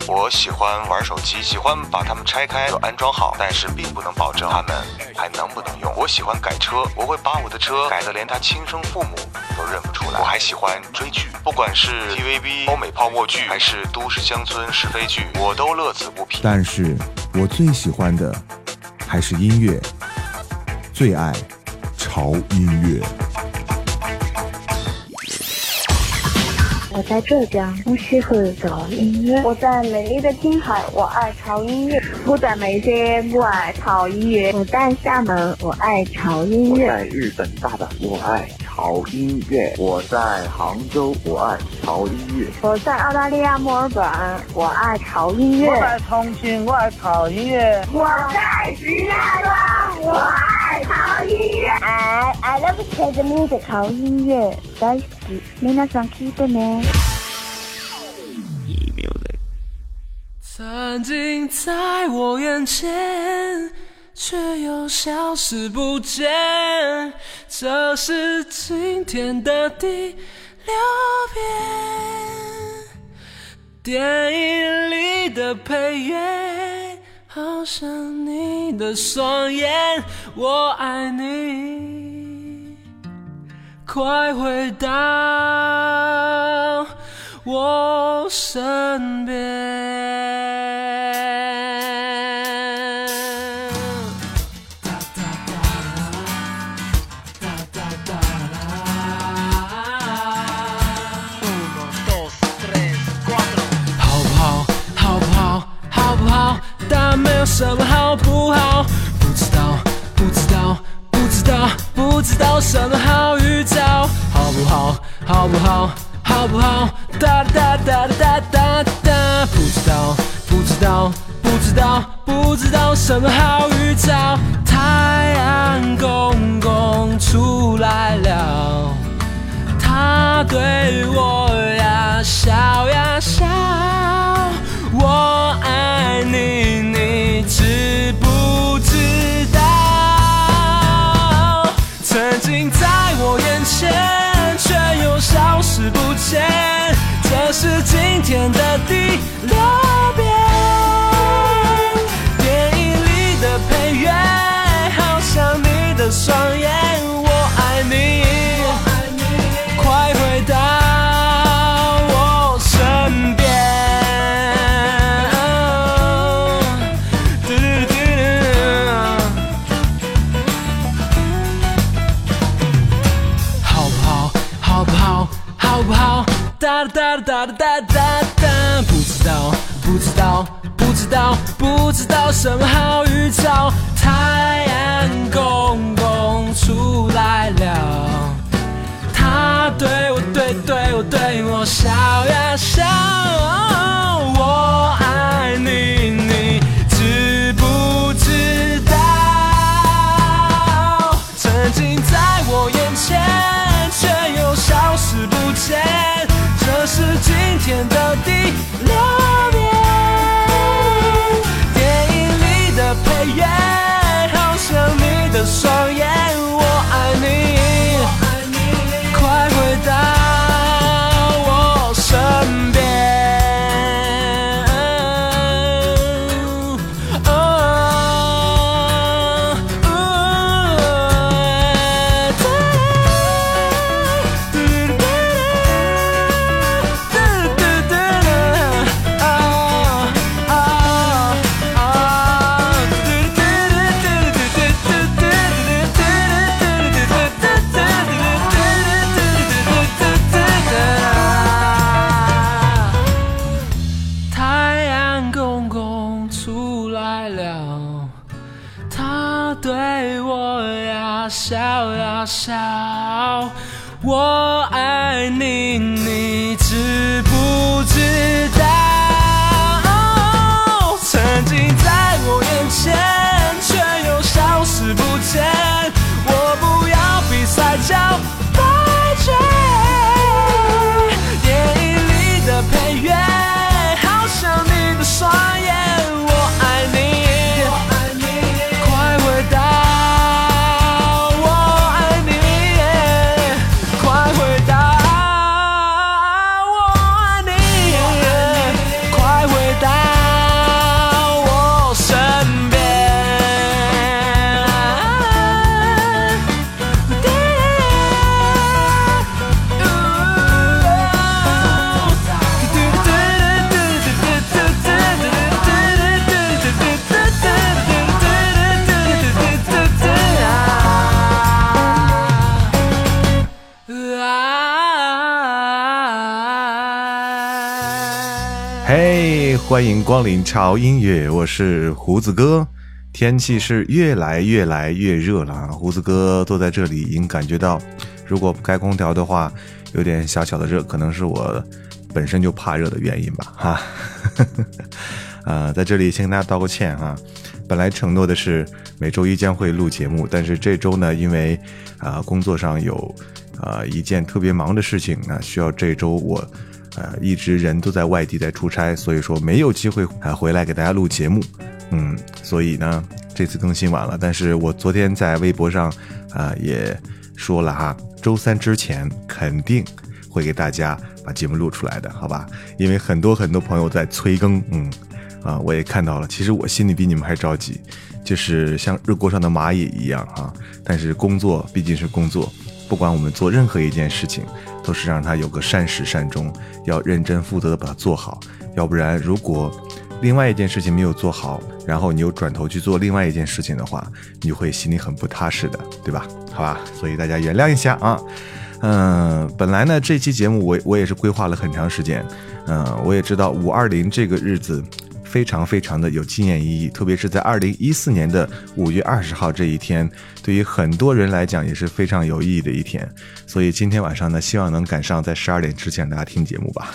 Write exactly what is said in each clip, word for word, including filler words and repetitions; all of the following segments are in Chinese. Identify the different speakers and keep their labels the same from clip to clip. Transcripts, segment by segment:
Speaker 1: 我喜欢玩手机，喜欢把它们拆开又安装好，但是并不能保证它们还能不能用。我喜欢改车，我会把我的车改得连他亲生父母都认不出来。我还喜欢追剧，不管是 T V B 欧美泡沫剧还是都市乡村是非剧，我都乐此不疲。
Speaker 2: 但是我最喜欢的还是音乐，最爱潮音乐。
Speaker 3: 我在浙江，我喜欢潮音乐。
Speaker 4: 我在美丽的青海，我爱潮音乐。
Speaker 5: 我在眉间，我爱潮音乐。
Speaker 3: 我在厦门，我爱潮音乐。
Speaker 6: 我在日本大阪，我爱潮音乐。我在杭州，我爱潮音乐。
Speaker 4: 我在澳大利亚墨尔本，我爱潮音乐。
Speaker 7: 我在重庆，我爱潮音乐。
Speaker 8: 我在石家庄，我爱潮音乐。
Speaker 9: I I love jazz music。
Speaker 3: 潮音乐大好き。皆さん聞いてね。
Speaker 10: 曾经在我眼前，却又消失不见。这是今天的第六遍。电影里的配乐，好像你的双眼。我爱你，快回到我身边。好不好？好不好？好不好？但没有什么好不好。不知道，不知道，不知道，不知道什么好预兆。好不好？好不好？好不好？哒哒哒哒哒哒，不知道，不知道，不知道，不知道什么好预兆。太阳公公出来了，他对我呀笑呀笑。我爱你，你知不知道？曾经在我眼前，却又消失不见。这是今天的第六遍。电影里的配乐，好像你的双眼。我爱你，快回到我身边。好不好？好不好？好不好？哒哒哒哒哒哒哒，不知道，不知道，不知道，不知道什么好预兆。太阳公公出来了，他对我对对我对我笑呀笑。我爱你，你知不知道？曾经在我眼前，却又消失不见。这是今天的第六遍。电影里的配乐，好像你的双眼。我爱你，快回到我身边。笑呀笑，我爱你，你知不知道？曾经在我眼前，却又消失不见。我不要比赛叫白卷，电影里的配乐，好像你的双眼。我爱你，快回到。快回
Speaker 2: 嘿、hey, 欢迎光临潮音乐，我是胡子哥。天气是越来越来越热了，胡子哥坐在这里已经感觉到，如果不开空调的话有点小小的热，可能是我本身就怕热的原因吧哈。呃，在这里先跟大家道个歉哈，本来承诺的是每周一将会录节目，但是这周呢，因为啊、呃、工作上有呃一件特别忙的事情啊，需要这周我呃，一直人都在外地在出差，所以说没有机会啊回来给大家录节目，嗯，所以呢这次更新晚了。但是我昨天在微博上啊、呃、也说了哈，周三之前肯定会给大家把节目录出来的，好吧？因为很多很多朋友在催更，嗯啊，我也看到了。其实我心里比你们还着急，就是像热锅上的蚂蚁一样哈。但是工作毕竟是工作。不管我们做任何一件事情，都是让它有个善始善终，要认真负责的把它做好。要不然如果另外一件事情没有做好，然后你又转头去做另外一件事情的话，你就会心里很不踏实的，对吧？好吧，所以大家原谅一下啊。嗯，本来呢这期节目我我也是规划了很长时间，嗯，我也知道五二零这个日子非常非常的有纪念意义，特别是在二零一四年的五月二十号这一天，对于很多人来讲也是非常有意义的一天。所以今天晚上呢，希望能赶上在十二点之前大家听节目吧。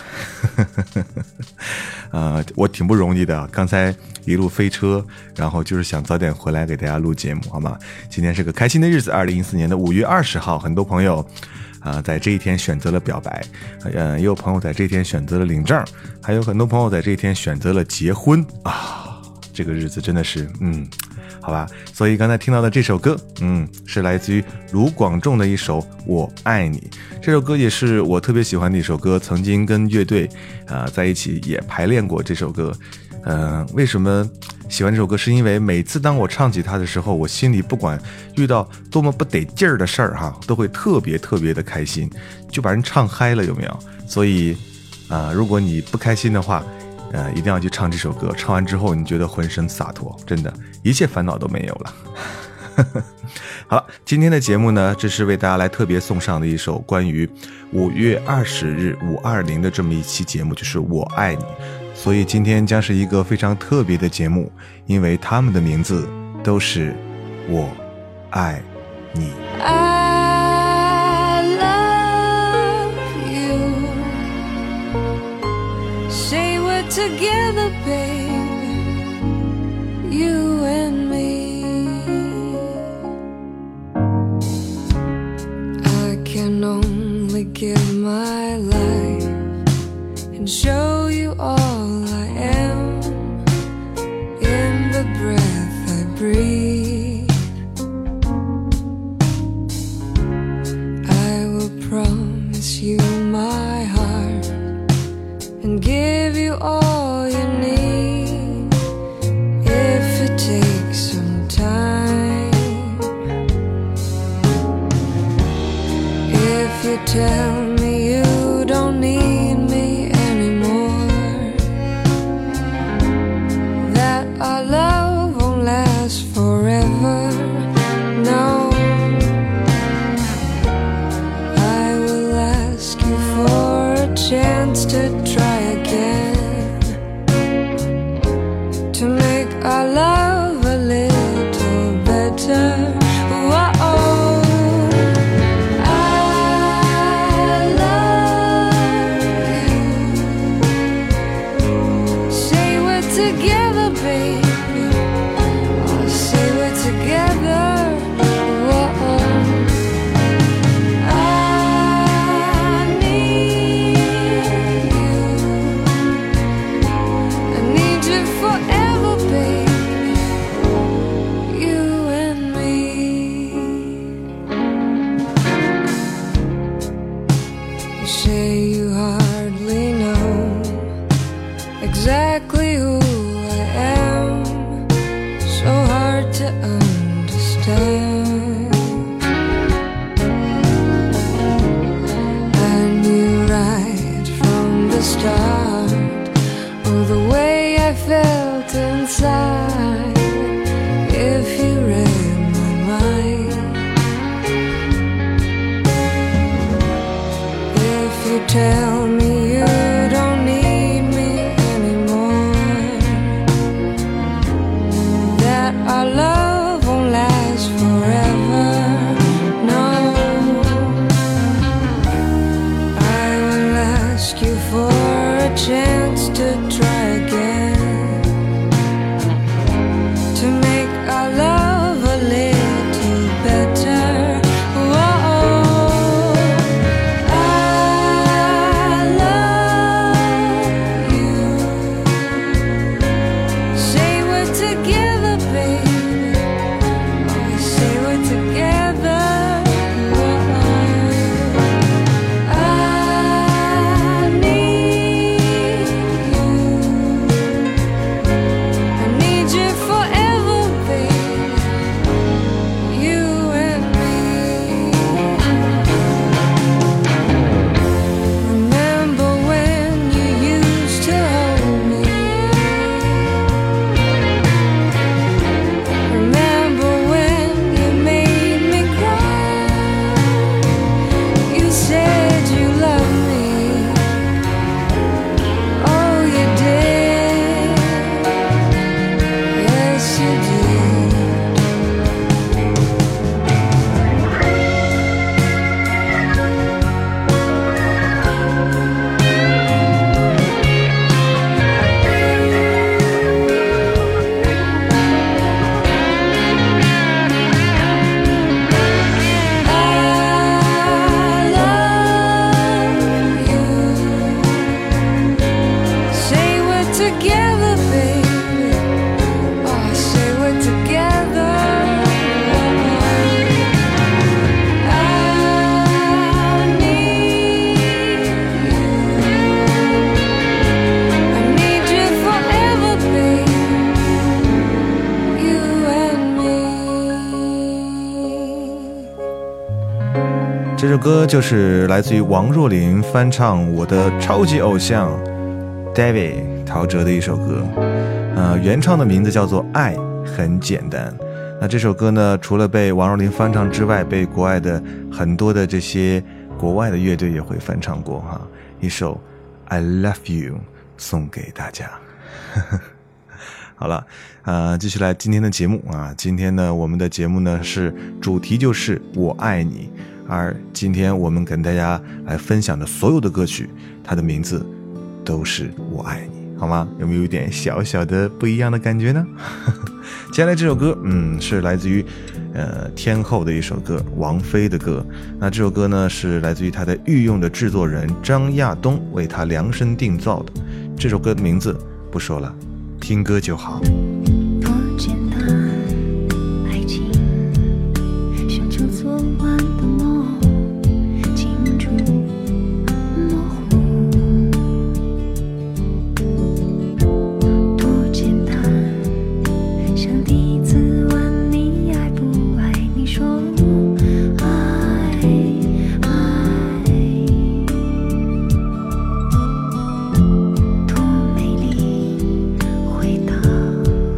Speaker 2: 呃，我挺不容易的，刚才一路飞车，然后就是想早点回来给大家录节目，好吗？今天是个开心的日子，二零一四年的五月二十号，很多朋友啊、呃，在这一天选择了表白，呃，也有朋友在这一天选择了领证，还有很多朋友在这一天选择了结婚啊，这个日子真的是，嗯，好吧。所以刚才听到的这首歌，嗯，是来自于卢广仲的一首《我爱你》。这首歌也是我特别喜欢的一首歌，曾经跟乐队啊、呃、在一起也排练过这首歌。嗯、呃，为什么喜欢这首歌？是因为每次当我唱起它的时候，我心里不管遇到多么不得劲儿的事儿哈，都会特别特别的开心，就把人唱嗨了，有没有？所以啊、呃，如果你不开心的话，呃，一定要去唱这首歌。唱完之后，你觉得浑身洒脱，真的，一切烦恼都没有了。好了，今天的节目呢，这是为大家来特别送上的一首关于五月二十日五二零的这么一期节目，就是我爱你。所以今天将是一个非常特别的节目，因为他们的名字都是我爱你。
Speaker 10: I love you. Say we're together, baby, you and me. I can only give my life and show you all I am in the breath I breathe. I will promise you my heart and give you all you need if it takes some time. If you tell me you don't need me anymore, that our love won't last forever, no, I will ask you for a chance to try again, to make our love a little better. Whoa, I love you. Say we're together, baby. Oh, say we're together. Whoa, I need you. I need you forever, baby. You and me. You say you hardly know exactly who I am, so hard to understand. I knew right from the start, oh, the way I felt inside, if you read my mind. If you tell me you don't need me chance to try again, to make our love a little better. Whoa, I love you. Say we're together, baby. Oh, say we're together.
Speaker 2: 这首歌就是来自于王若琳翻唱我的超级偶像 David 陶喆的一首歌，呃，原唱的名字叫做《爱很简单》。那这首歌呢，除了被王若琳翻唱之外，被国外的很多的这些国外的乐队也会翻唱过哈。一首 I Love You 送给大家。好了，呃，继续来今天的节目啊。今天呢，我们的节目呢是主题就是我爱你，而今天我们跟大家来分享的所有的歌曲，它的名字都是我爱你，好吗？有没有一点小小的不一样的感觉呢？接下来这首歌，嗯，是来自于呃天后的一首歌，王菲的歌。那这首歌呢是来自于她的御用的制作人张亚东为她量身定造的。这首歌的名字不说了，听歌就好。
Speaker 11: 多简单，爱情像就昨晚的梦，清楚模糊。多简单，像第一次问你爱不爱，你说爱爱。多美丽，回答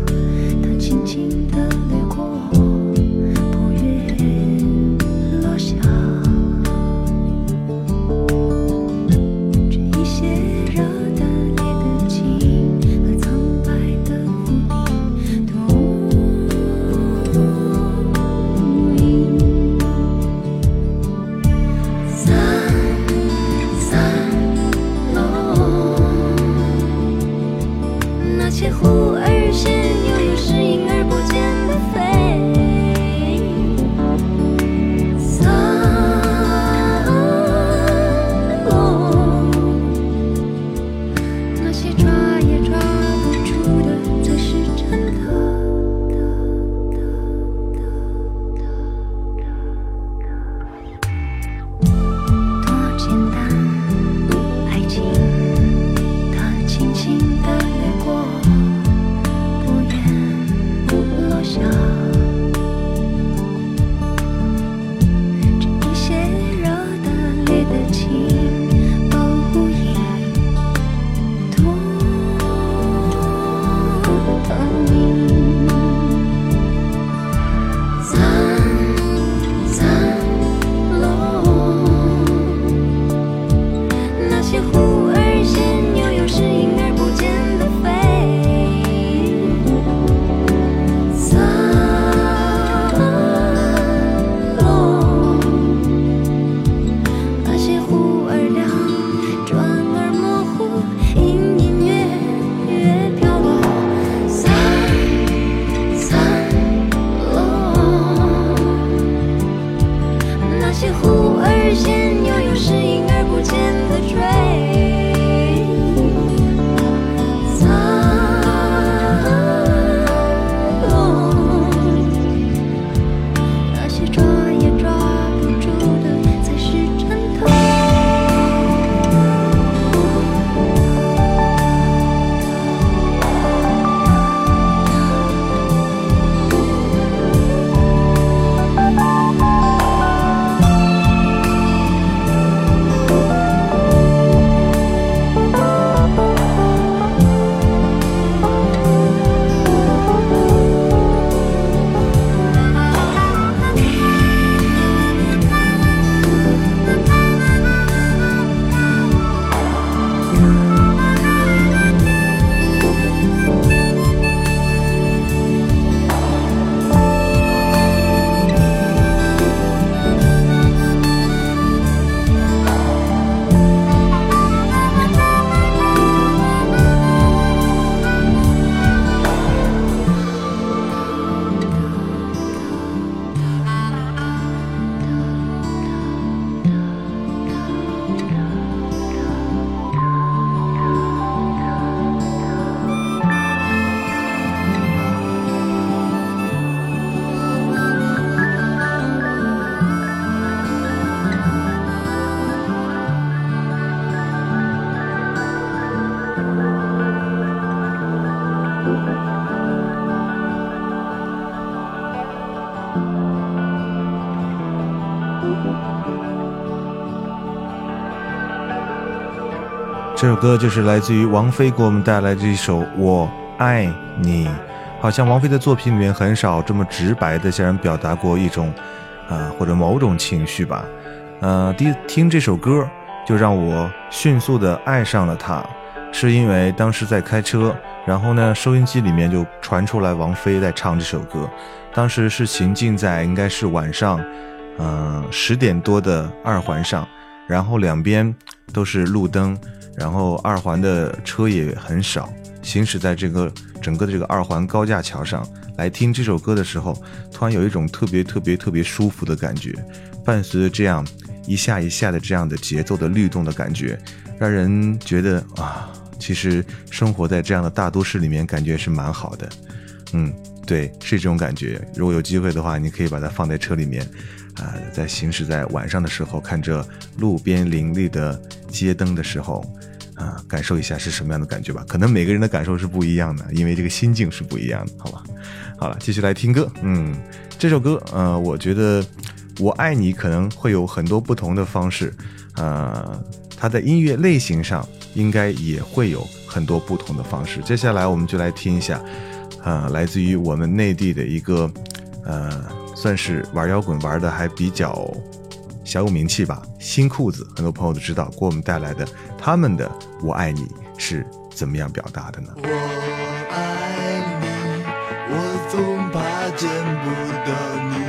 Speaker 2: 这首歌就是来自于王菲给我们带来这一首《我爱你》。好像王菲的作品里面很少这么直白的向人表达过一种啊、呃、或者某种情绪吧。呃，第一听这首歌就让我迅速的爱上了它，是因为当时在开车，然后呢收音机里面就传出来王菲在唱这首歌，当时是行进在应该是晚上嗯十点多的二环上，然后两边都是路灯，然后二环的车也很少，行驶在这个整个的这个二环高架桥上来听这首歌的时候，突然有一种特别特别特别舒服的感觉，伴随着这样一下一下的这样的节奏的律动的感觉，让人觉得啊，其实生活在这样的大都市里面感觉是蛮好的。嗯，对，是这种感觉。如果有机会的话，你可以把它放在车里面啊、呃，在行驶在晚上的时候，看着路边林立的街灯的时候啊、呃，感受一下是什么样的感觉吧。可能每个人的感受是不一样的，因为这个心境是不一样的，好吧？好了，继续来听歌。嗯，这首歌呃，我觉得我爱你可能会有很多不同的方式，呃，它的音乐类型上应该也会有很多不同的方式。接下来我们就来听一下呃，来自于我们内地的一个呃，算是玩摇滚玩的还比较小有名气吧，新裤子，很多朋友都知道，给我们带来的他们的我爱你是怎么样表达的呢？
Speaker 12: 我爱你，我总怕见不到你，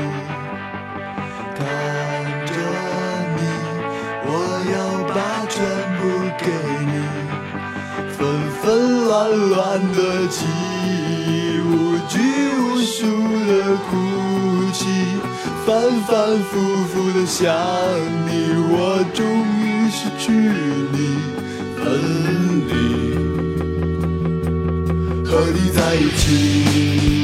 Speaker 12: 看着你，我要把全部给你，纷纷乱乱的记忆，无拘无束的哭泣，反反复复的想你，我终于失去你，分离，和你在一起。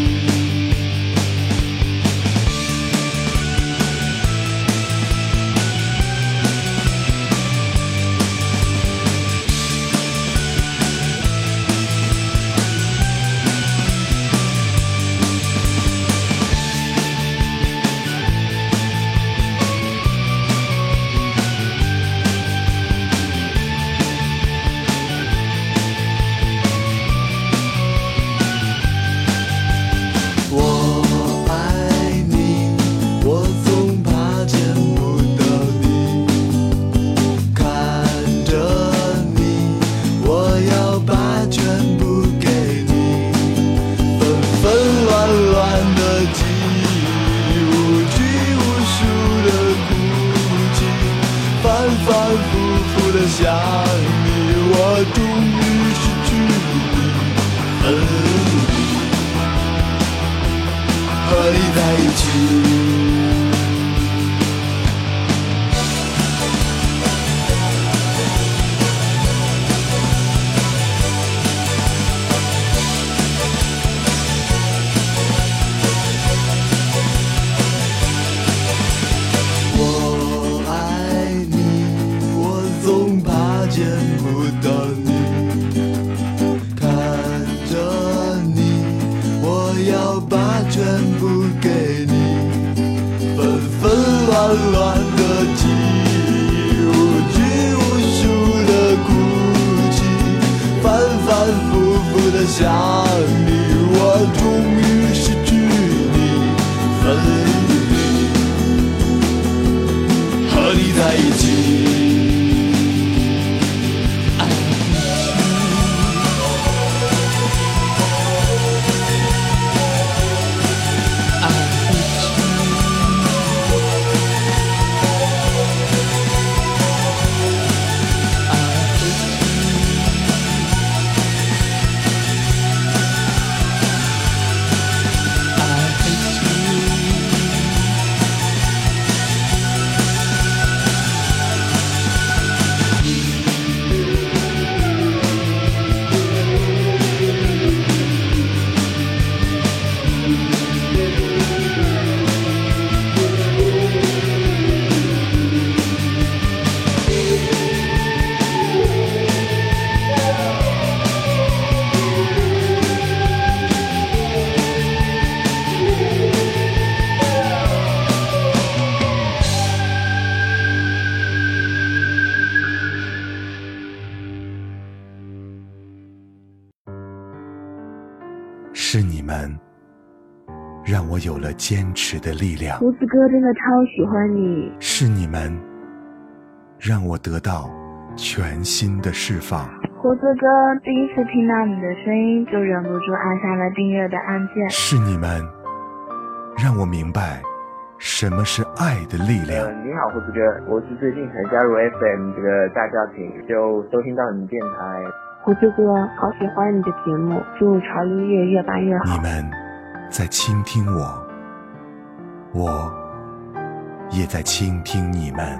Speaker 2: 是你们让我有了坚持的力量。
Speaker 3: 胡子哥真的超喜欢你。
Speaker 2: 是你们让我得到全新的释放。
Speaker 3: 胡子哥第一次听到你的声音就忍不住按下了订阅的按键。
Speaker 2: 是你们让我明白什么是爱的力量。
Speaker 6: 呃、你好胡子哥，我是最近才加入 F M 这个大家庭，就收听到你电台。
Speaker 3: 胡子哥好喜欢你的节目，祝潮音乐越办越好。
Speaker 2: 你们在倾听我，我也在倾听你们，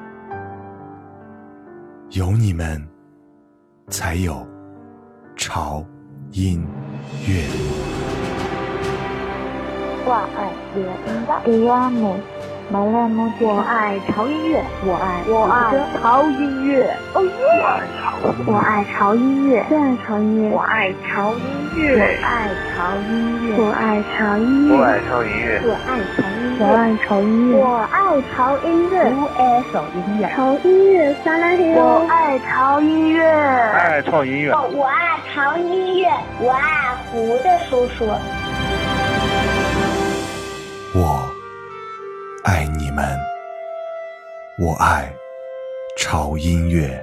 Speaker 2: 有你们才有潮音乐。
Speaker 3: 我爱乐音乐，我爱木，马来木姐，我爱潮音乐，我爱
Speaker 4: 我爱潮音乐，
Speaker 3: 哦耶！我爱潮音乐，最爱潮音乐，
Speaker 4: 我爱潮音乐，
Speaker 3: 我爱潮音乐，我爱潮音乐，
Speaker 6: 我爱潮音乐，
Speaker 3: 我爱潮音乐，我爱潮音乐，我爱潮音乐，
Speaker 4: 我爱潮音乐，
Speaker 3: 潮音乐撒拉嘿
Speaker 4: 我爱潮音乐，
Speaker 6: 爱潮音乐，
Speaker 9: 我爱潮音乐，我爱胡的叔叔。
Speaker 2: 我爱你们，我爱潮音乐。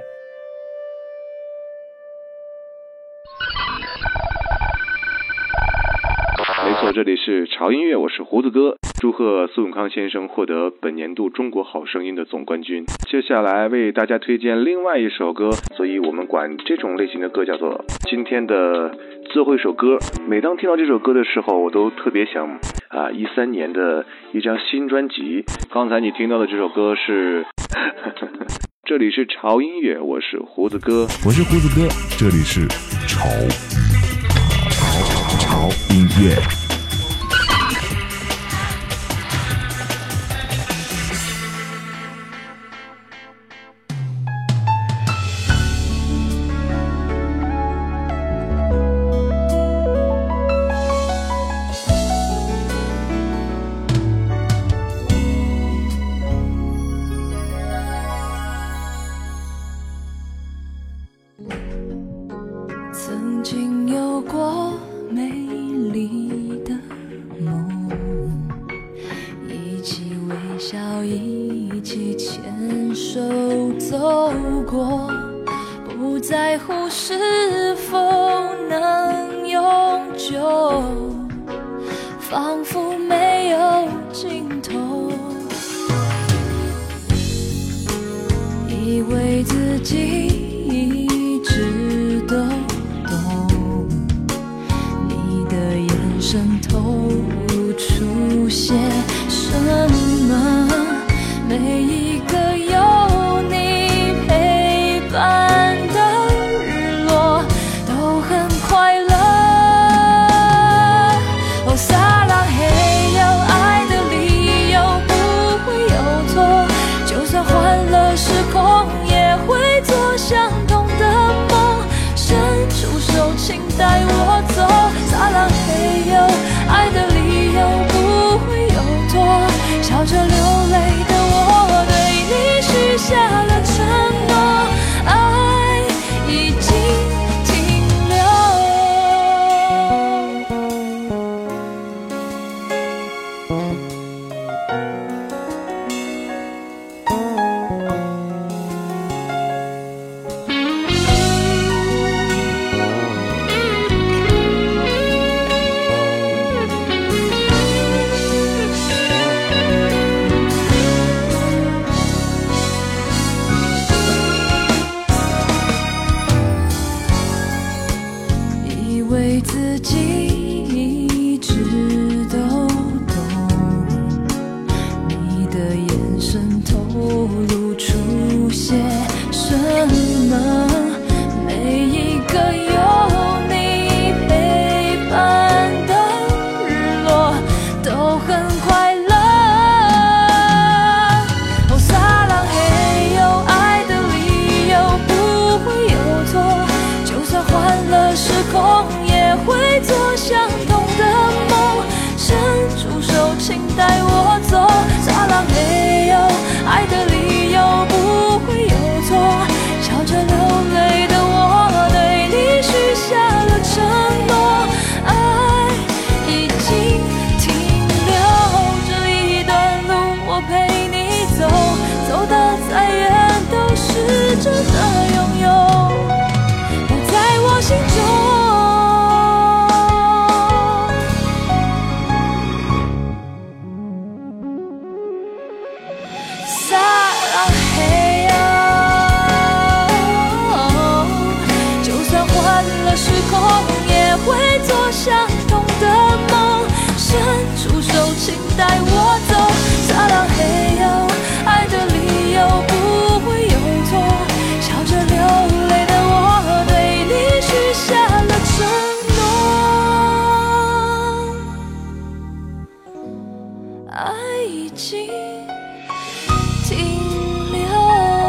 Speaker 1: 没错，这里是潮音乐，我是胡子哥。祝贺苏永康先生获得本年度中国好声音的总冠军。接下来为大家推荐另外一首歌，所以我们管这种类型的歌叫做今天的最后一首歌。每当听到这首歌的时候，我都特别想啊，一三年的一张新专辑。刚才你听到的这首歌是这里是潮音乐，我是胡子哥，
Speaker 2: 我是胡子哥，这里是潮潮潮音乐。
Speaker 11: 曾经有过美丽的梦，一起微笑，一起牵手走过，不在乎是否能永久，仿佛没有尽头，以为自己一直都懂，你的眼神透露出些什么，每一个有你陪伴的日落都很快乐。哦，撒浪嘿哟，爱的理由不会有错，就算换了时空也会做相同的梦，伸出手请带我走。撒浪嘿哟，爱的理由不会有错，笑着流泪的我对你许下了承诺，爱已经停留。以为自己一直都懂，你的眼神透露出些什么，每一个有你陪伴的日落都很快乐。哦，撒浪嘿哟，爱的理由不会有错，就算换了时空也会做相同的梦，伸出手请带我走。撒浪嘿哟，爱的理由不会有错，笑着流泪的我对你许下了承诺，爱了时空，也会做相同的梦。伸出手，请带我走。撒浪嘿哟，爱的理由不会有错。笑着流泪的我，对你许下了承诺，爱已经停留。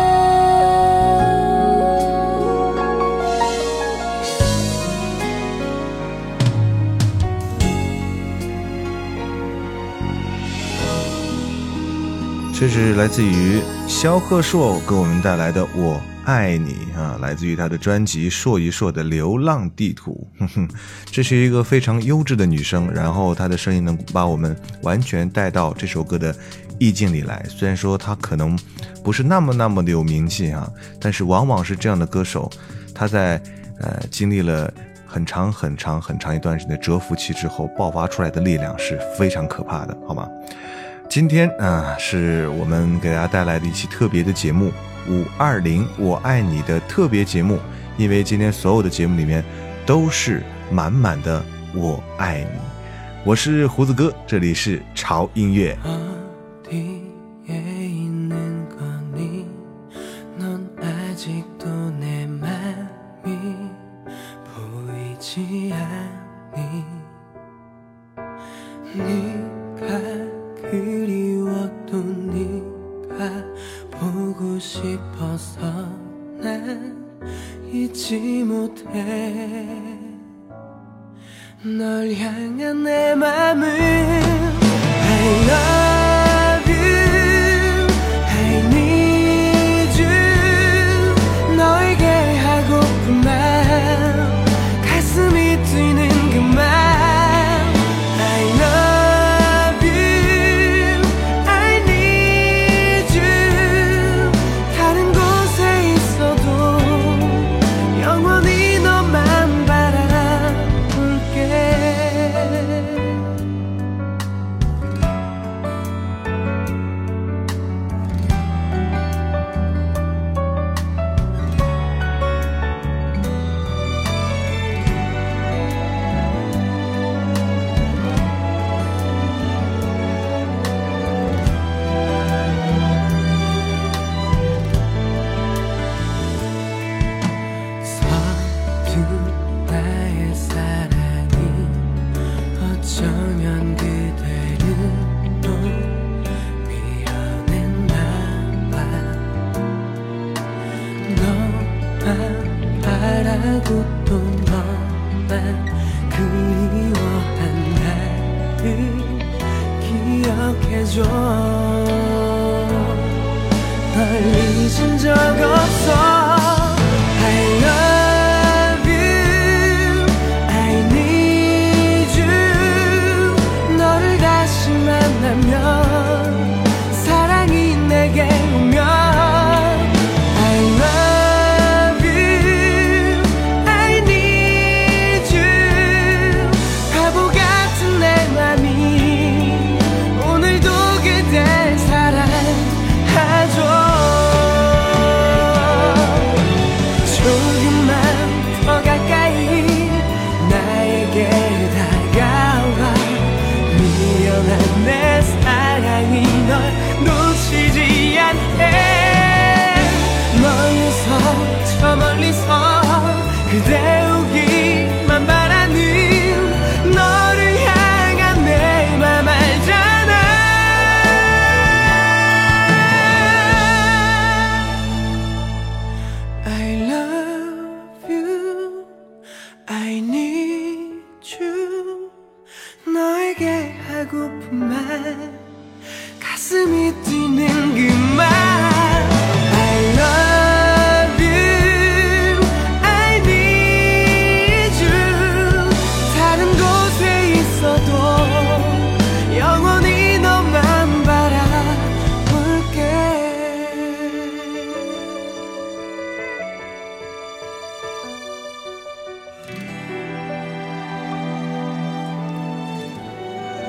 Speaker 2: 这是来自于萧贺硕给我们带来的《我爱你》啊，来自于他的专辑《说一说的流浪地图》。哼哼，这是一个非常优质的女生，然后她的声音能把我们完全带到这首歌的意境里来。虽然说她可能不是那么那么的有名气啊，但是往往是这样的歌手，她在呃经历了很长很长很长一段时间的蛰伏期之后，爆发出来的力量是非常可怕的，好吗？今天啊、呃，是我们给大家带来的一期特别的节目五二零我爱你的特别节目，因为今天所有的节目里面都是满满的我爱你。我是胡子哥，这里是潮音乐。
Speaker 10: 널 향한 내 맘은 I love you, I need you. 너에게 하고픈 말, 가슴이 뛰는 그 말. I love you, I need you. 다른 곳에 있어도 영원히 너만 바라. 바라고 또 너만 그리워한 나를 기억해줘. 널 잊은 적 없어. I love you, I need you. 너를 다시 만나면 사랑이 내게 오면 내 사랑이 널 놓치지 않게. 멀리서 저 멀리서 그대 오기만 바라는 너를 향한 내 맘 알잖아. I love you, I need you. 너에게 하고픈 말, 가슴이 뛰는 그 말. I love you, I need you. 다른 곳에 있어도 영원히 너만 바라볼게.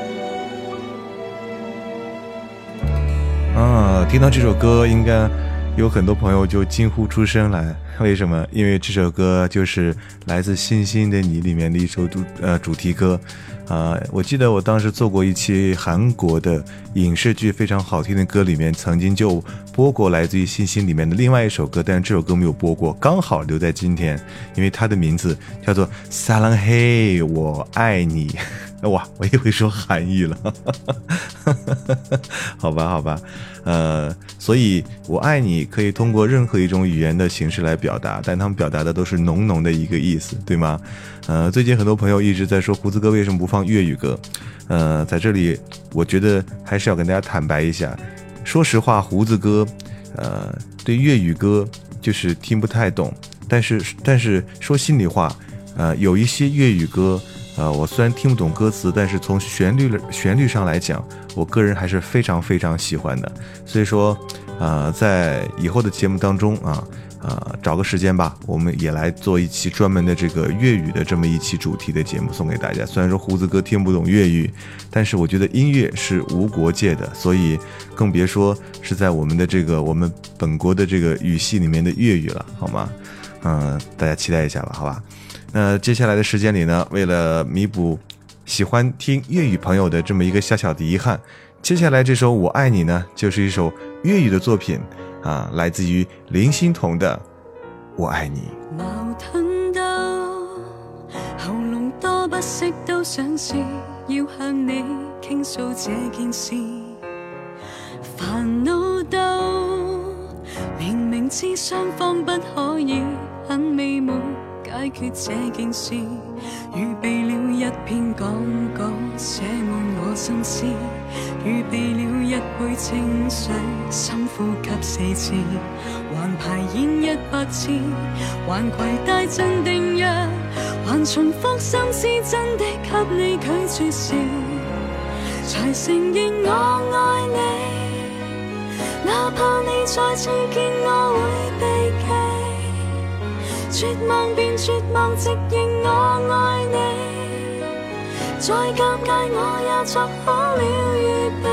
Speaker 2: 啊，听到这首歌应该有很多朋友就惊呼出声来，为什么？因为这首歌就是来自《星星的你》里面的一首主呃主题歌。啊、呃，我记得我当时做过一期韩国的影视剧非常好听的歌，里面曾经就播过来自于《星星》里面的另外一首歌，但是这首歌没有播过，刚好留在今天，因为它的名字叫做사랑해我爱你。哇，我也会说韩语了。好吧好吧，呃，所以我爱你可以通过任何一种语言的形式来表达，但他们表达的都是浓浓的一个意思，对吗？呃，最近很多朋友一直在说胡子哥为什么不放粤语歌，呃，在这里我觉得还是要跟大家坦白一下，说实话，胡子哥呃对粤语歌就是听不太懂，但是但是说心里话，呃有一些粤语歌呃，我虽然听不懂歌词，但是从旋律旋律上来讲，我个人还是非常非常喜欢的。所以说，呃，在以后的节目当中啊，呃，找个时间吧，我们也来做一期专门的这个粤语的这么一期主题的节目送给大家。虽然说胡子哥听不懂粤语，但是我觉得音乐是无国界的，所以更别说是在我们的这个我们本国的这个语系里面的粤语了，好吗？嗯、呃，大家期待一下吧，好吧？那接下来的时间里呢，为了弥补喜欢听粤语朋友的这么一个小小的遗憾，接下来这首我爱你呢，就是一首粤语的作品啊，来自于林欣彤的我爱你。
Speaker 11: 矛盾到喉嚨多不適，都想試要向你傾訴這件事，煩惱到連明知雙方不可以很美滿解決這件事，預備了一篇講稿寫滿我心思，預備了一杯清水深呼吸四次，還排演一百次，還攜帶鎮定藥，還重複心思真的給你拒絕時，才承認我愛你，哪怕你再次見我會避忌，絕望便絕望，直認我愛你，再尷尬我也作好了預備，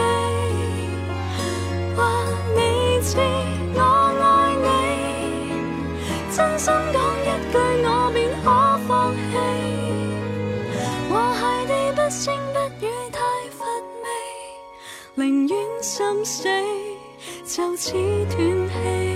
Speaker 11: 話你知我愛你，真心講一句我便可放棄，和諧地不聲不語太乏味，寧願心死就此斷氣。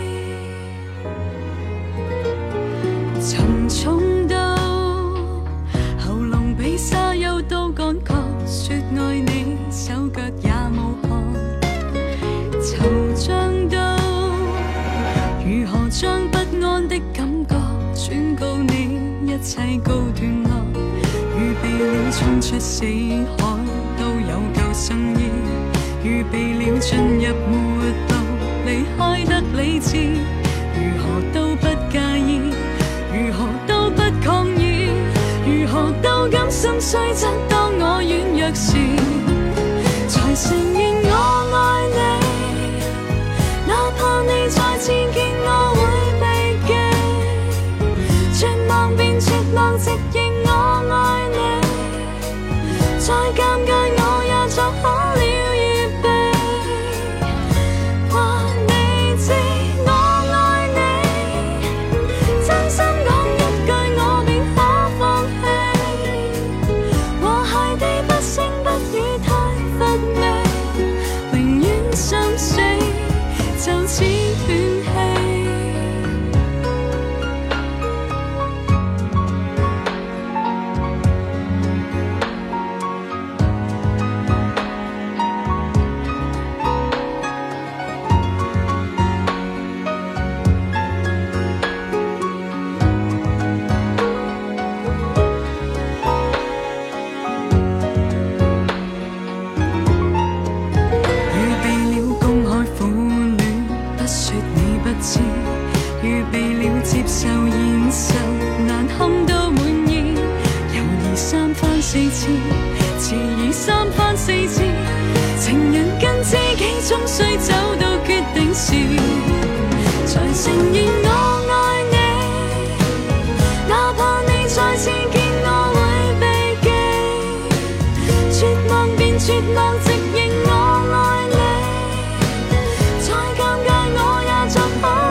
Speaker 11: 沉重到喉嚨比沙丘都乾涸，說愛你手腳也無汗，惆悵到如何將不安的感覺轉告你，一切告段落，預備了衝出死海都有救生衣，預備了進入末路離開得理智，如何都不介意，如何都不抗議，如何都甘心雖則當我軟弱時，才承認我愛你，哪怕你再次見我會避忌，絕望便絕望，直認我愛你，再尷尬我也作好了預備，話你知我愛你，真心講一句我便可放棄，和諧地不聲不語太乏味，寧願心死就此斷氣。預備了接受現實難堪都滿意，猶豫三番四次，遲疑三番四次，情人跟知己終須走到決定時，才承認我愛你，哪怕你再次見我會避忌，絕望便絕望，直認我愛你，再尷尬我也作好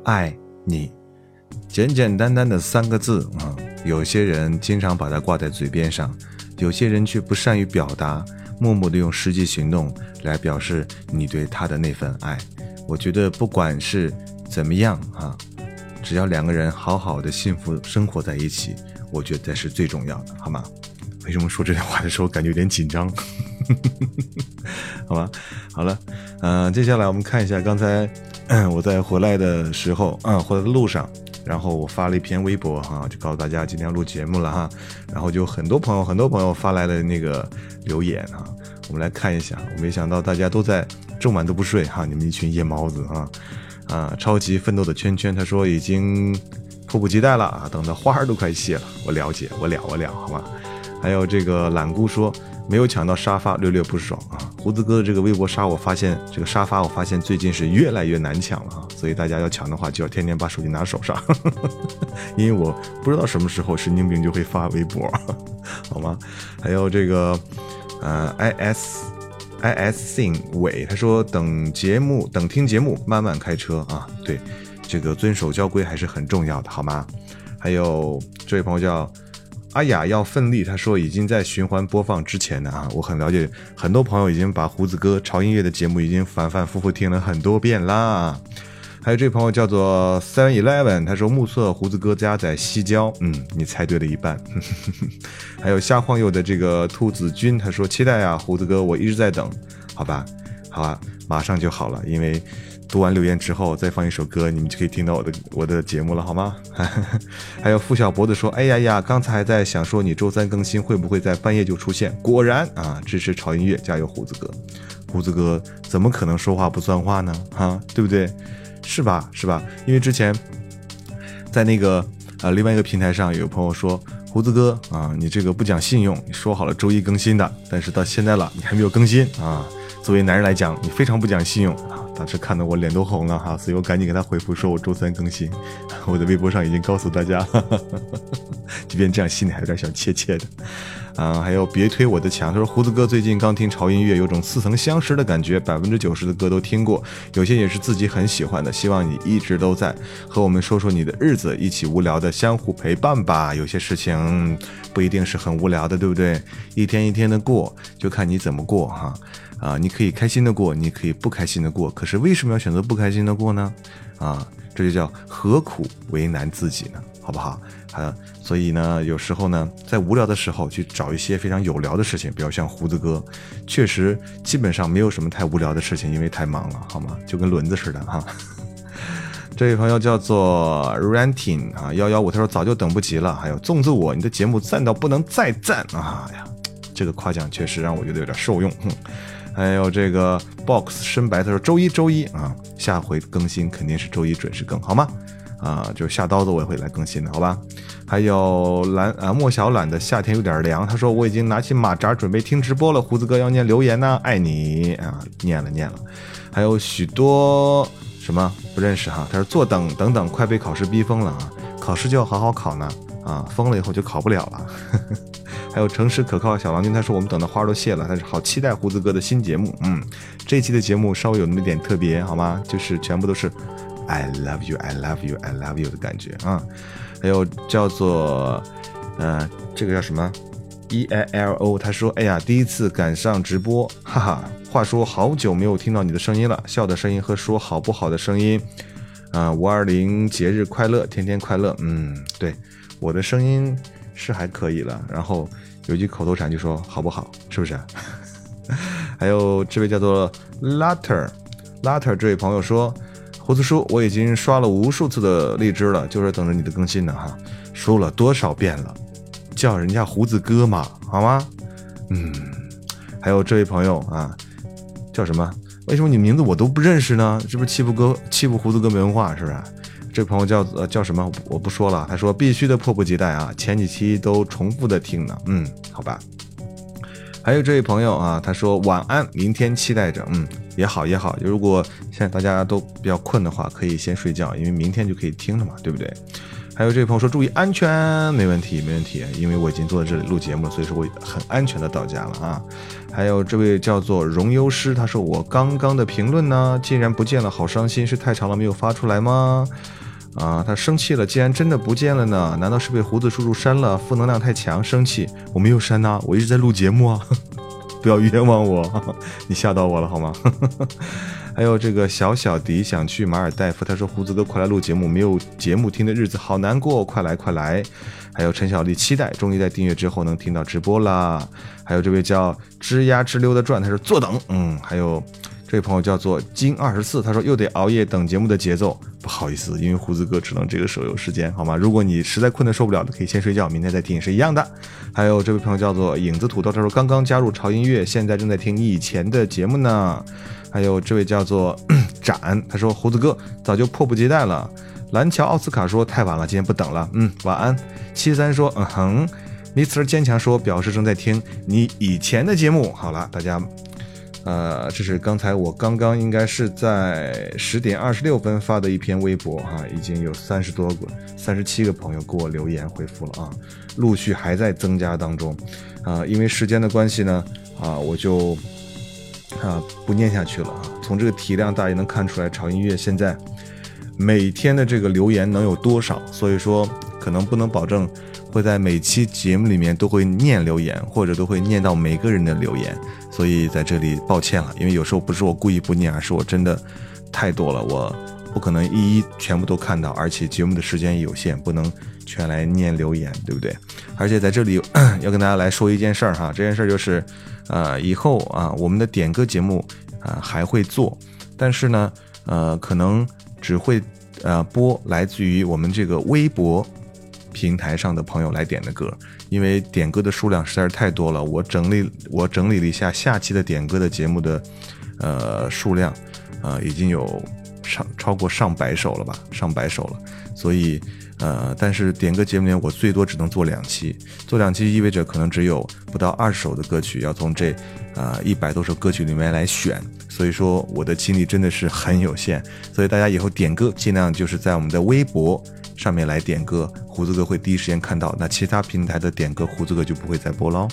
Speaker 2: 爱你。简简单单的三个字啊、嗯，有些人经常把它挂在嘴边上，有些人却不善于表达，默默地用实际行动来表示你对他的那份爱。我觉得不管是怎么样啊，只要两个人好好的幸福生活在一起，我觉得这是最重要的，好吗？为什么说这句话的时候感觉有点紧张？好吧，好了，呃，接下来我们看一下刚才、嗯、我在回来的时候，嗯，回来的路上，然后我发了一篇微博哈，就告诉大家今天要录节目了哈，然后就很多朋友很多朋友发来了那个留言哈，我们来看一下，我没想到大家都在昼晚都不睡哈，你们一群夜猫子啊啊！超级奋斗的圈圈他说已经迫不及待了啊，等到花儿都快谢了，我了解，我了我了，好吗？还有这个懒姑说没有抢到沙发，略略不爽啊。胡子哥的这个微博沙，我发现这个沙发，我发现最近是越来越难抢了啊，所以大家要抢的话，就要天天把手机拿手上，因为我不知道什么时候神经病就会发微博，好吗？还有这个呃 I S I S Sing 伟，他说等节目等听节目慢慢开车啊，对，这个遵守交规还是很重要的，好吗？还有这位朋友叫阿雅要奋力，他说已经在循环播放之前的啊，我很了解，很多朋友已经把胡子哥潮音乐的节目已经反反复复听了很多遍啦。还有这位朋友叫做 seven eleven， 他说目测胡子哥家在西郊，嗯，你猜对了一半。还有瞎晃悠的这个兔子君，他说期待啊，胡子哥我一直在等，好吧，好吧，马上就好了，因为读完留言之后再放一首歌，你们就可以听到我的我的节目了，好吗？还有付小脖子说哎呀呀，刚才还在想说你周三更新会不会在半夜就出现，果然啊，支持潮音乐，加油胡子哥。胡子哥怎么可能说话不算话呢？哈，对不对？是吧是吧？因为之前在那个呃另外一个平台上有朋友说胡子哥啊，你这个不讲信用，你说好了周一更新的，但是到现在了你还没有更新啊，作为男人来讲你非常不讲信用啊。当时看得我脸都红了哈，所以我赶紧给他回复说我周三更新，我的微博上已经告诉大家，呵呵呵即便这样心里还有点小怯怯的啊。还有别推我的墙，他说胡子哥最近刚听潮音乐，有种似曾相识的感觉，百分之九十的歌都听过，有些也是自己很喜欢的，希望你一直都在和我们说说你的日子，一起无聊的相互陪伴吧。有些事情不一定是很无聊的，对不对？一天一天的过，就看你怎么过哈。啊，你可以开心的过，你可以不开心的过，可是为什么要选择不开心的过呢？啊，这就叫何苦为难自己呢？好不好？啊，所以呢，有时候呢，在无聊的时候去找一些非常有聊的事情，比如像胡子哥，确实基本上没有什么太无聊的事情，因为太忙了，好吗？就跟轮子似的哈。这位朋友叫做 Ranting 啊，幺幺五，他说早就等不及了。还有粽子我，你的节目赞到不能再赞啊呀，这个夸奖确实让我觉得有点受用。哼。还有这个 box 深白，他说周一周一啊，下回更新肯定是周一准时更，好吗？啊，就下刀子我也会来更新的，好吧？还有蓝啊莫小懒的夏天有点凉，他说我已经拿起马扎准备听直播了，胡子哥要念留言呢，爱你啊，念了念了。还有许多什么不认识哈，他说坐等等等，快被考试逼疯了啊，考试就要好好考呢啊，疯了以后就考不了了。还有诚实可靠小郎君，他说我们等的花都谢了，但是好期待胡子哥的新节目。嗯，这一期的节目稍微有那么一点特别，好吗？就是全部都是 I love you I love you I love you 的感觉啊。还有叫做呃这个叫什么 E I L O， 他说哎呀第一次赶上直播，哈哈，话说好久没有听到你的声音了，笑的声音和说好不好的声音啊。五二零节日快乐，天天快乐。嗯，对，我的声音是还可以了，然后有句口头禅就说好不好，是不是？还有这位叫做 Latter Latter 这位朋友说，胡子叔，我已经刷了无数次的荔枝了，就是等着你的更新呢哈。说了多少遍了，叫人家胡子哥嘛，好吗？嗯，还有这位朋友啊，叫什么？为什么你名字我都不认识呢？是不是欺负哥欺负胡子哥没文化，是不是？这朋友叫呃叫什么我不说了，他说必须的迫不及待啊，前几期都重复的听呢。嗯，好吧。还有这位朋友啊，他说晚安，明天期待着。嗯，也好也好，如果现在大家都比较困的话，可以先睡觉，因为明天就可以听了嘛，对不对？ 还有这位朋友说注意安全，没问题没问题，因为我已经坐在这里录节目了，所以说我很安全的到家了啊。还有这位叫做荣优师，他说我刚刚的评论呢竟然不见了，好伤心，是太长了没有发出来吗？啊，他生气了，竟然真的不见了呢，难道是被胡子叔叔删了？负能量太强，生气。我没有删啊，我一直在录节目啊，不要冤枉我，你吓到我了好吗？还有这个小小迪想去马尔代夫，他说胡子哥快来录节目，没有节目听的日子好难过，快来快来。还有陈小丽期待终于在订阅之后能听到直播啦。还有这位叫吱呀吱溜的转，他说坐等。嗯，还有这位朋友叫做金二十四，他说又得熬夜等节目的节奏，不好意思，因为胡子哥只能这个时候有时间好吗？如果你实在困得受不了的，可以先睡觉，明天再听是一样的。还有这位朋友叫做影子土豆，他说刚刚加入潮音乐，现在正在听以前的节目呢。还有这位叫做展，他说胡子哥早就迫不及待了。蓝桥奥斯卡说太晚了，今天不等了，嗯，晚安。七三说嗯哼。mister 坚强说表示正在听你以前的节目。好了，大家呃，这是刚才我刚刚应该是在十点二十六分发的一篇微博哈、啊，已经有三十多个三十七个朋友给我留言回复了啊，陆续还在增加当中啊，因为时间的关系呢啊，我就啊不念下去了啊。从这个体量大家也能看出来潮音乐现在每天的这个留言能有多少，所以说可能不能保证会在每期节目里面都会念留言，或者都会念到每个人的留言，所以在这里抱歉了，因为有时候不是我故意不念，而是我真的太多了，我不可能一一全部都看到，而且节目的时间有限，不能全来念留言，对不对？而且在这里要跟大家来说一件事儿哈，这件事儿就是呃以后啊我们的点歌节目啊、呃、还会做，但是呢呃可能只会呃播来自于我们这个微博平台上的朋友来点的歌，因为点歌的数量实在是太多了，我整理我整理了一下下期的点歌的节目的呃数量呃已经有上超过上百首了吧，上百首了，所以呃但是点歌节目里面我最多只能做两期，做两期意味着可能只有不到二十首的歌曲要从这呃一百多首歌曲里面来选，所以说我的精力真的是很有限，所以大家以后点歌尽量就是在我们的微博上面来点歌，胡子哥会第一时间看到，那其他平台的点歌胡子哥就不会再播喽。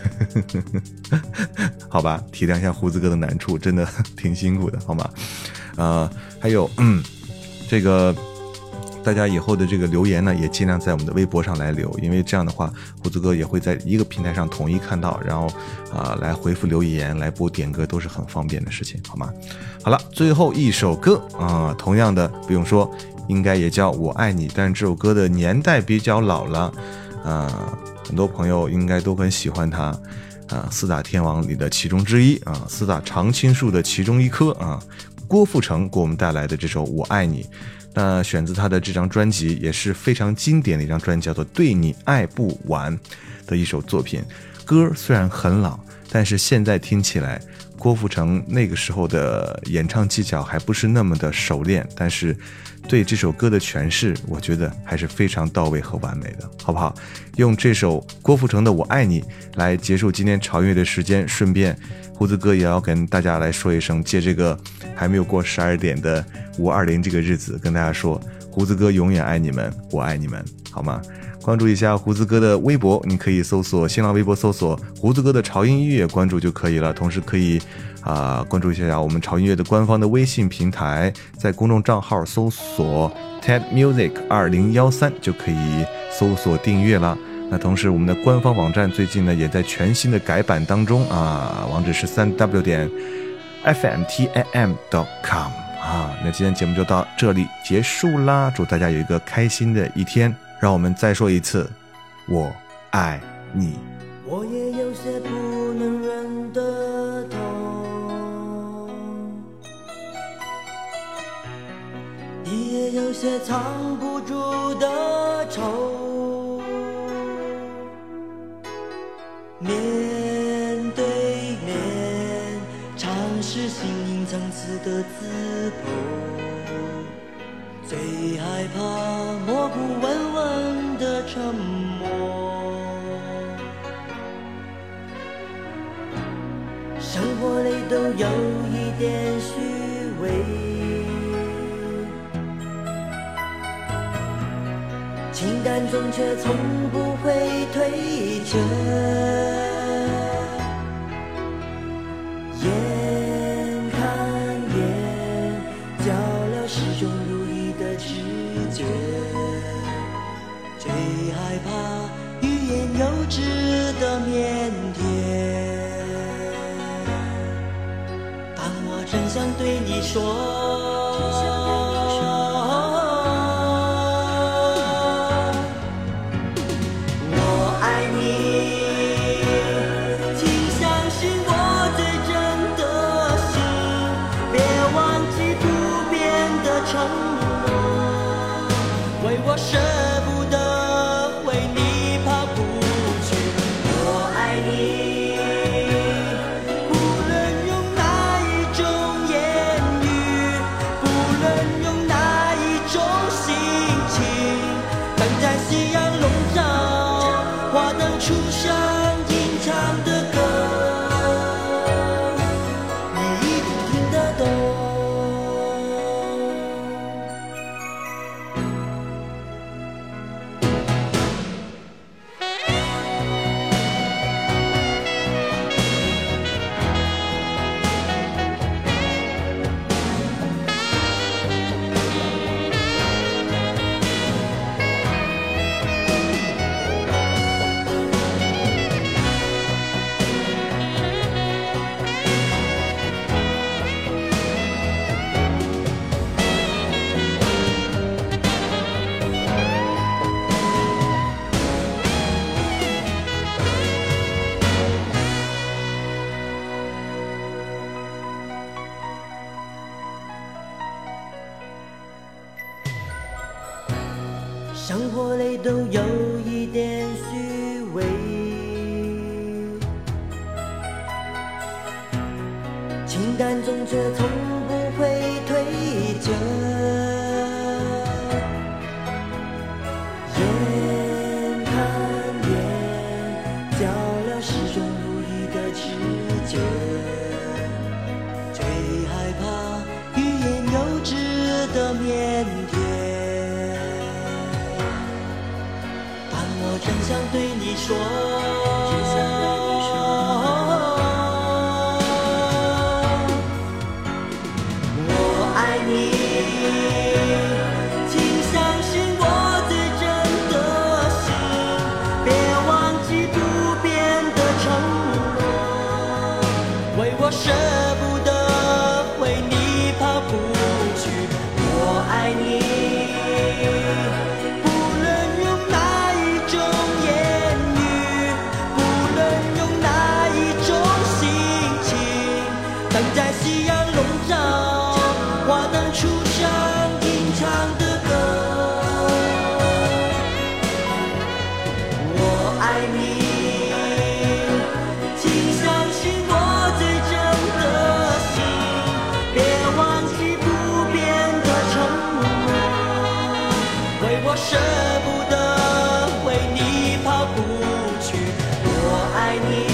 Speaker 2: 好吧，体谅一下胡子哥的难处，真的挺辛苦的好吗？呃还有嗯这个大家以后的这个留言呢也尽量在我们的微博上来留，因为这样的话胡子哥也会在一个平台上统一看到，然后啊、呃、来回复留言来播点歌都是很方便的事情好吗？好了，最后一首歌啊、呃，同样的不用说应该也叫我爱你，但是这首歌的年代比较老了啊、呃，很多朋友应该都很喜欢它啊、呃，四大天王里的其中之一啊，四大常青树的其中一棵啊，郭富城给我们带来的这首我爱你，那选自他的这张专辑也是非常经典的一张专辑，叫做对你爱不完的一首作品。歌虽然很老，但是现在听起来郭富城那个时候的演唱技巧还不是那么的熟练，但是对这首歌的诠释我觉得还是非常到位和完美的，好不好？用这首郭富城的我爱你来结束今天潮音乐的时间，顺便胡子哥也要跟大家来说一声，借这个还没有过十二点的五二零这个日子跟大家说，胡子哥永远爱你们，我爱你们，好吗？关注一下胡子哥的微博，你可以搜索新浪微博搜索胡子哥的潮音音乐，关注就可以了。同时可以啊、呃、关注一下我们潮音乐的官方的微信平台，在公众账号搜索 Ted Music 二零一三就可以搜索订阅了。那同时我们的官方网站最近呢也在全新的改版当中啊，网址是 三 w 点 f m t a m 点 com 啊。那今天节目就到这里结束啦，祝大家有一个开心的一天。让我们再说一次，我爱你。
Speaker 13: 我也有些不能忍的痛，你也有些藏不住的愁，面对面尝试心隐藏刺的刺破，最害怕模糊稳稳的沉默，生活里都有一点虚伪， 感中却从不会退却。眼看眼交了始终如一的直觉，最害怕欲言又止的腼腆。当我真想对你说我舍不得为你跑不去，我爱你，不论用哪一种言语，不论用哪一种心情，等在夕阳笼罩，花灯初上，吟唱的歌，你一定听得懂。生活里都有一点虚伪，情感中却从不会退却。眼看眼交了始终如一的直觉，最害怕欲言又止的腼腆。我真想对你说，我爱你，请相信我最真的心，别忘记不变的承诺，为我舍不得为你跑不去，我爱你。在夕阳笼罩，花灯初上，吟唱的歌，我爱你，请相信我最真的心，别忘记不变的承诺，为我舍不得为你跑不去，我爱你。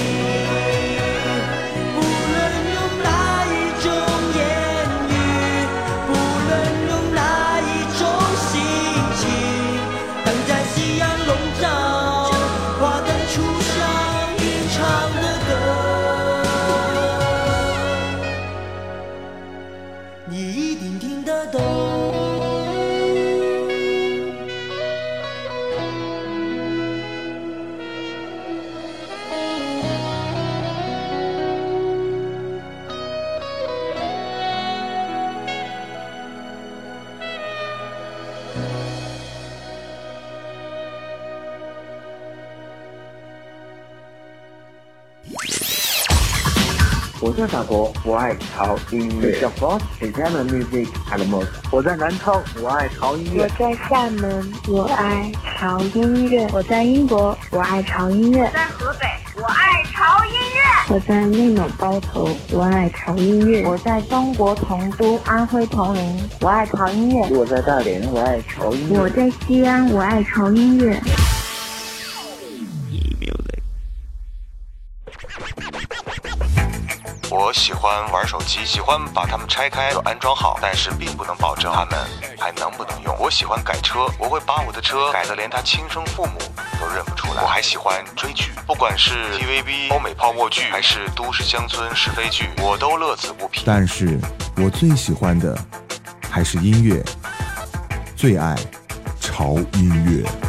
Speaker 13: 你一定听得懂。
Speaker 6: 我在法国，我爱潮音乐。小 Boss Italian music at most。我在南昌，我爱潮音乐。
Speaker 3: 我在厦门，我爱潮音乐。我在英国，我爱潮音乐。
Speaker 8: 我在河北，我爱潮音乐。
Speaker 3: 我在内蒙包头，我爱潮音乐。我在中国同都安徽铜陵，我爱潮音乐。
Speaker 6: 我在大连，我爱潮音乐。
Speaker 3: 我在西安，我爱潮音乐。
Speaker 1: 我我喜欢玩手机，喜欢把它们拆开又安装好，但是并不能保证它们还能不能用。我喜欢改车，我会把我的车改得连他亲生父母都认不出来。我还喜欢追剧，不管是 T V B 欧美泡沫剧还是都市乡村是非剧，我都乐此不疲。
Speaker 2: 但是我最喜欢的还是音乐，最爱潮音乐。